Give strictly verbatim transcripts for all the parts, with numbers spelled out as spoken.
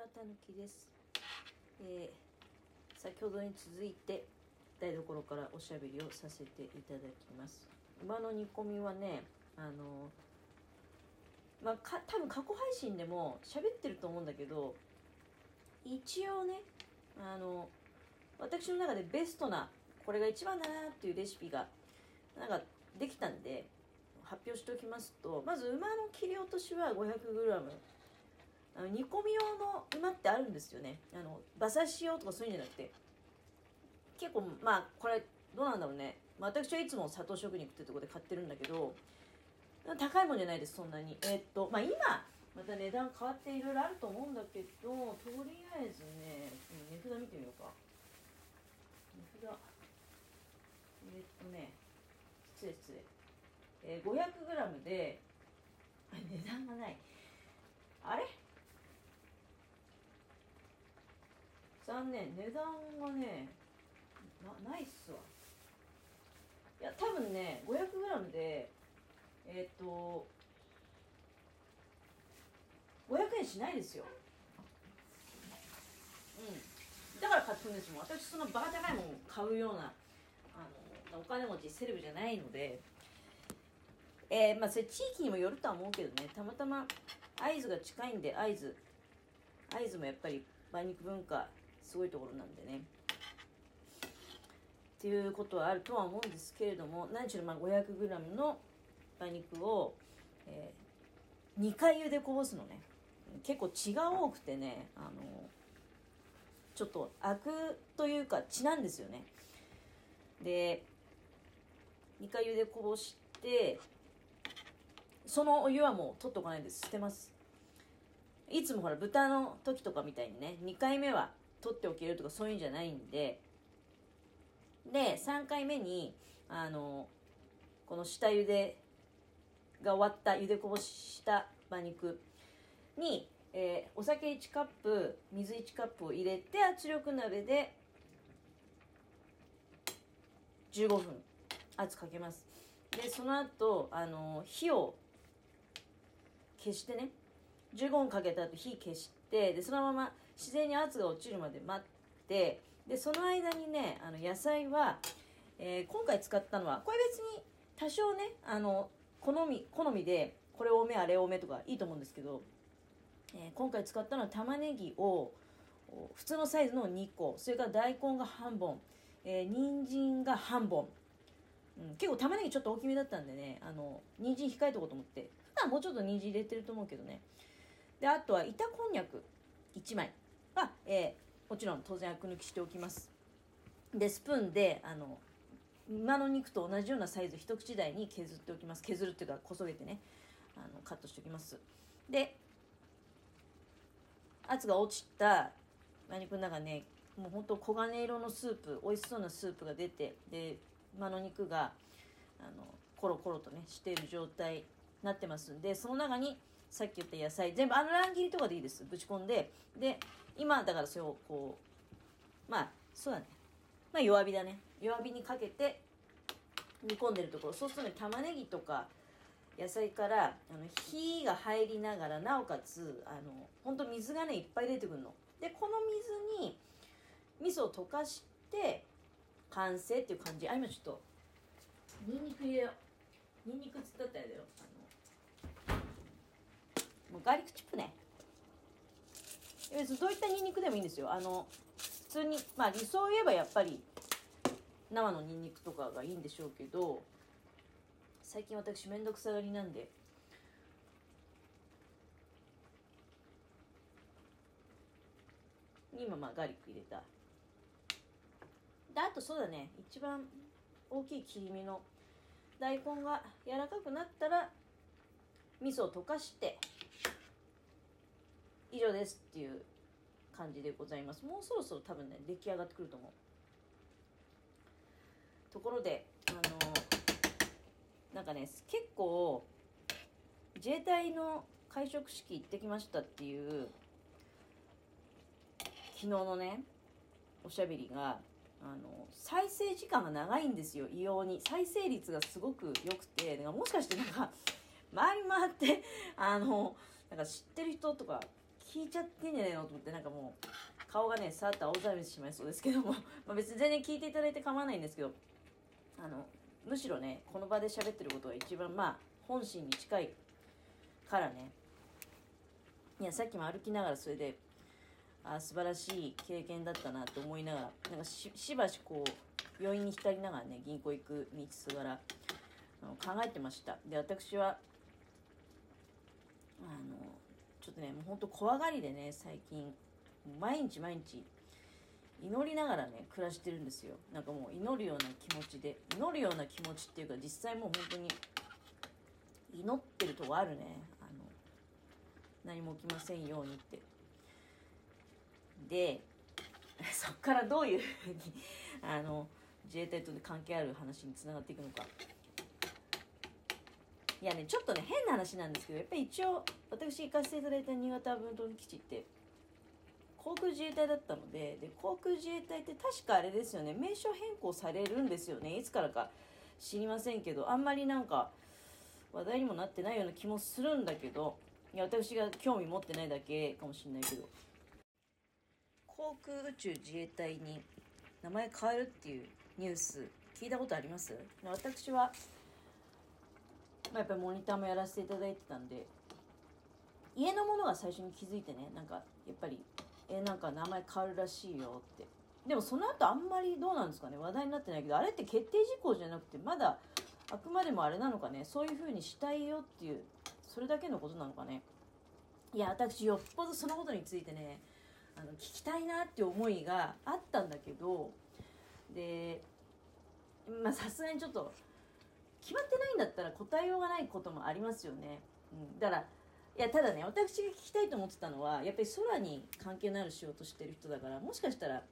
たぬきです、えー、先ほどに続いて台所からおしゃべりをさせていただきます。馬の煮込みはね、あのまあ、か多分過去配信でも喋ってると思うんだけど、一応ね、あの私の中でベストなこれが一番だなっていうレシピがなんかできたんで発表しておきますと、まず馬の切り落としは ごひゃくグラム、 あの煮込み用の馬ってあるんですよね。あの馬刺し用とかそういうんじゃなくて、結構まあこれどうなんだろうね、私はいつも佐藤食肉ってとこで買ってるんだけど、高いもんじゃないです、そんなに。えー、っとまあ今また値段変わっていろいろあると思うんだけど、とりあえずね値札見てみようか。値札えー、っとね失礼失礼、えー、ごひゃくグラム で値段がない、あれ残念、値段がね な, ないっすわ。いや多分ね ごひゃくグラム でえっ、ー、とごひゃくえんしないですよ。うんだから買ってくんですもん。私そのバカ高いものを買うようなあのお金持ちセレブじゃないので、えー、まあそれ地域にもよるとは思うけどね、たまたま会津が近いんで、会津会津もやっぱり馬肉文化すごいところなんでねっていうことはあるとは思うんですけれども、何しろまあ ごひゃくグラム の馬肉を、えー、にかい茹でこぼすのね。結構血が多くてね、あのちょっとアクというか血なんですよね。でにかい茹でこぼして、そのお湯はもう取っとかないです、捨てます。いつもほら豚の時とかみたいにねにかいめは取っておけるとかそういうんじゃないんで、でさんかいめにあのこの下茹でが終わった茹でこぼした馬肉に、えー、お酒いちカップ水いちカップを入れて圧力鍋でじゅうごふん圧かけます。でその後あの火を消してね、じゅうごふんかけた後火消して、でそのまま自然に圧が落ちるまで待って、でその間にねあの野菜は、えー、今回使ったのはこれ別に多少ねあの好み好みでこれ多めあれ多めとかいいと思うんですけど、えー、今回使ったのは玉ねぎを普通のサイズのにこ、それから大根が半本、えー、人参が半本、うん、結構玉ねぎちょっと大きめだったんでね、あの人参控えとこうと思って、普段もうちょっと人参入れてると思うけどね。であとは板こんにゃくいちまいは、えー、もちろん当然アク抜きしておきます。でスプーンであの馬の肉と同じようなサイズ一口大に削っておきます。削るっていうかこそげてねあのカットしておきます。で圧が落ちた馬肉の中ね、もうほんと黄金色のスープ、美味しそうなスープが出て、で馬の肉があのコロコロとねしている状態になってますんで、その中にさっき言った野菜全部あの乱切りとかでいいです、ぶち込んで、で今だからそれをこうまあそうだねまあ弱火だね弱火にかけて煮込んでるところ、そうするとね玉ねぎとか野菜からあの火が入りながら、なおかつあのほんと水がねいっぱい出てくるので、この水に味噌を溶かして完成っていう感じ。あ今ちょっとニンニク入れよう。ニンニクつったったらだよ、あのもうガーリックチップね。別にどういったニンニクでもいいんですよ。あの普通にまあ理想を言えばやっぱり生のニンニクとかがいいんでしょうけど、最近私めんどくさがりなんで今まあガーリック入れた。であとそうだね、一番大きい切り身の大根が柔らかくなったら味噌を溶かして以上ですっていう感じでございます。もうそろそろ多分ね出来上がってくると思う。ところであのなんかね結構自衛隊の会食式行ってきましたっていう昨日のねおしゃべりがあの再生時間が長いんですよ。異様に再生率がすごく良くて、もしかしてなんか回り回ってあのなんか知ってる人とか聞いちゃってんじゃねえのと思って、なんかもう顔がねさーっと青ざめてしまいそうですけどもまあ別に全然聞いていただいて構わないんですけど、あのむしろねこの場で喋ってることが一番まあ本心に近いからね。いやさっきも歩きながらそれであ素晴らしい経験だったなと思いながら、なんか し, しばしこう余韻に浸りながらね銀行行く道すがらあの考えてました。で私はあのちょっとねもうほんと怖がりでね最近毎日毎日祈りながらね暮らしてるんですよ。なんかもう祈るような気持ちで、祈るような気持ちっていうか実際もう本当に祈ってるとこあるね。あの何も起きませんようにって。でそっからどういうふうにあの自衛隊と関係ある話につながっていくのか。いやねちょっとね変な話なんですけど、やっぱり一応私行かせていただいた新潟分屯基地って航空自衛隊だったので、で航空自衛隊って確かあれですよね、名称変更されるんですよね。いつからか知りませんけど、あんまりなんか話題にもなってないような気もするんだけど、いや私が興味持ってないだけかもしれないけど、航空宇宙自衛隊に名前変えるっていうニュース聞いたことあります？私は、まあ、やっぱりモニターもやらせていただいてたんで、家の者が最初に気づいてね、なんかやっぱりえなんか名前変わるらしいよって。でもその後あんまりどうなんですかね、話題になってないけど、あれって決定事項じゃなくてまだあくまでもあれなのかね、そういう風にしたいよっていうそれだけのことなのかね。いや私よっぽどそのことについてねあの聞きたいなっていう思いがあったんだけど、でまあさすがにちょっと決まってないんだったら答えようがないこともありますよね、うん、だからいやただね私が聞きたいと思ってたのはやっぱり空に関係のある仕事してる人だから、もしかしたらあ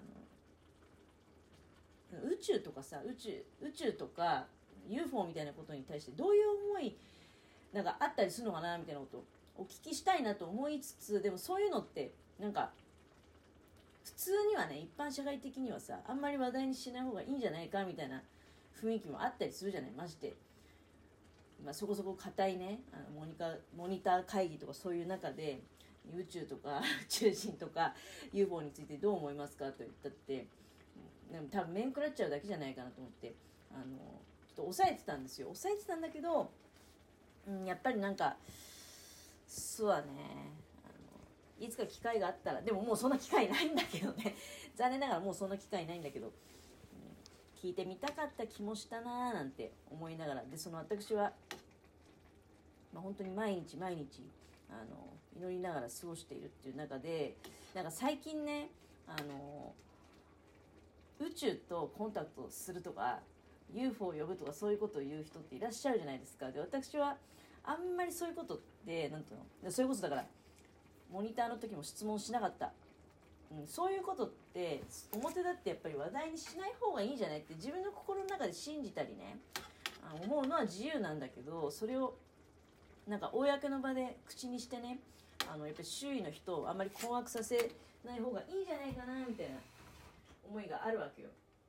の宇宙とかさ宇宙宇宙とか ユーフォー みたいなことに対してどういう思いなんかあったりするのかなみたいなことをお聞きしたいなと思いつつ、でもそういうのってなんか普通にはね一般社会的にはさあんまり話題にしない方がいいんじゃないかみたいな雰囲気もあったりするじゃない。まして、まあ、そこそこ硬いねあのモニカモニター会議とかそういう中で宇宙とか宇宙人とか ユーフォー についてどう思いますかと言ったってでも多分面食らっちゃうだけじゃないかなと思ってあのちょっと抑えてたんですよ。抑えてたんだけど、うん、やっぱりなんかそうはねあのいつか機会があったら、でももうそんな機会ないんだけどね残念ながらもうそんな機会ないんだけど、うん、聞いてみたかった気もしたなーなんて思いながら、でその私は、まあ、本当に毎日毎日あの祈りながら過ごしているっていう中で、なんか最近ねあの宇宙とコンタクトするとか ユーフォー を呼ぶとかそういうことを言う人っていらっしゃるじゃないですか。で私はあんまりそういうことってなんていうのそういうことだからモニターの時も質問しなかった、うん、そういうことって表だってやっぱり話題にしない方がいいんじゃないって自分の心の中で信じたりねあの思うのは自由なんだけど、それをなんか公の場で口にしてねあのやっぱり周囲の人をあんまり困惑させない方がいいんじゃないかなみたいな思いがあるわけよ。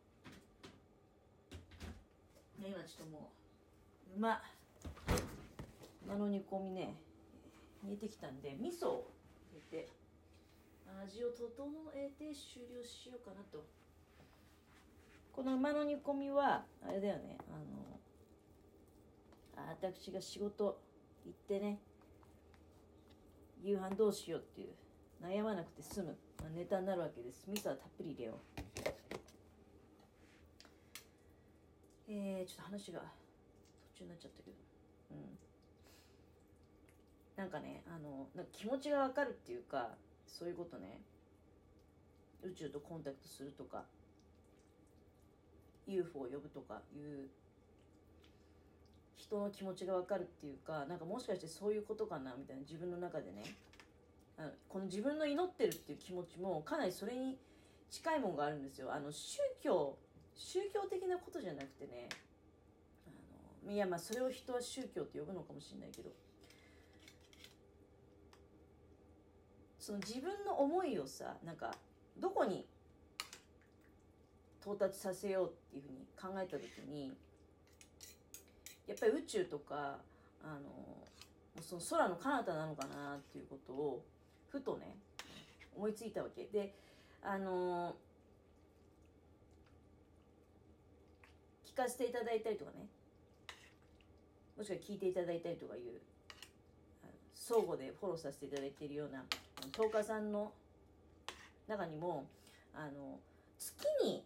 今ちょっともう馬馬の煮込みね煮えてきたんで味噌を入れて味を整えて終了しようかなと。この馬の煮込みはあれだよね、あの私が仕事行ってね夕飯どうしようっていう悩まなくて済む、まあ、ネタになるわけです。味噌はたっぷり入れよう。えー、ちょっと話が途中になっちゃったけど、うん、なんかねあのなんか気持ちがわかるっていうか、そういうことね、宇宙とコンタクトするとか ユーフォー を呼ぶとかいう人の気持ちがわかるっていうか、なんかもしかしてそういうことかなみたいな自分の中でね、あのこの自分の祈ってるっていう気持ちもかなりそれに近いものがあるんですよ。あの宗教宗教的なことじゃなくてね、あのいやまあそれを人は宗教って呼ぶのかもしれないけど、その自分の思いをさなんかどこに到達させようっていうふうに考えた時にやっぱり宇宙とかあのその空の彼方なのかなっていうことをふとね思いついたわけで、あのー、聞かせていただいたりとかね、もしくは聞いていただいたりとかいう相互でフォローさせていただいているようなトーカーさんの中にも、あの月に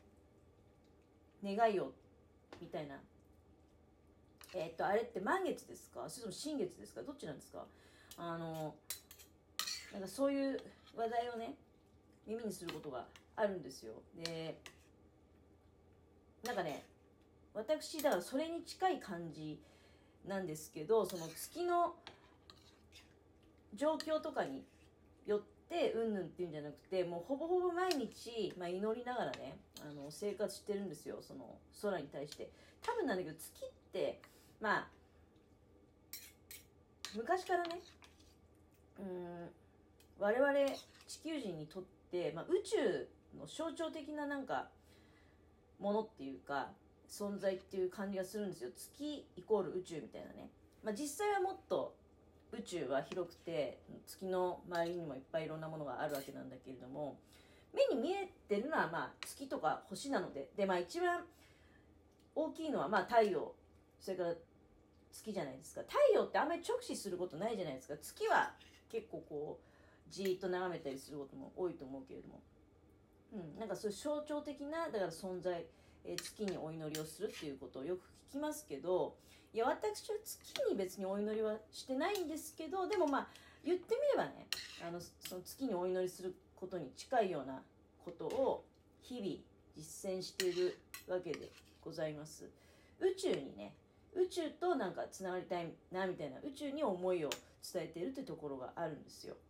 願いをみたいな、えー、っとあれって満月ですか、それとも新月ですか、どっちなんですか。あのなんかそういう話題をね耳にすることがあるんですよ。でなんかね、私だからそれに近い感じなんですけど、その月の状況とかによってうんぬんっていうんじゃなくて、もうほぼほぼ毎日、まあ、祈りながらねあの生活してるんですよ、その空に対して。多分なんだけど、月ってまあ昔からね、うーん我々地球人にとって、まあ、宇宙の象徴的ななんかものっていうか存在っていう感じがするんですよ。月イコール宇宙みたいなね。まあ、実際はもっと宇宙は広くて月の周りにもいっぱいいろんなものがあるわけなんだけれども、目に見えてるのはまあ月とか星なので、でまあ一番大きいのはまあ太陽、それから月じゃないですか。太陽ってあんまり直視することないじゃないですか。月は結構こうじーっと眺めたりすることも多いと思うけれども、うん、なんかそういう象徴的なだから存在、えー、月にお祈りをするっていうことをよく聞きますけど、いや私は月に別にお祈りはしてないんですけど、でもまあ言ってみればね、あのその月にお祈りすることに近いようなことを日々実践しているわけでございます。宇宙にね、宇宙となんかつながりたいなみたいな、宇宙に思いを伝えているというところがあるんですよ。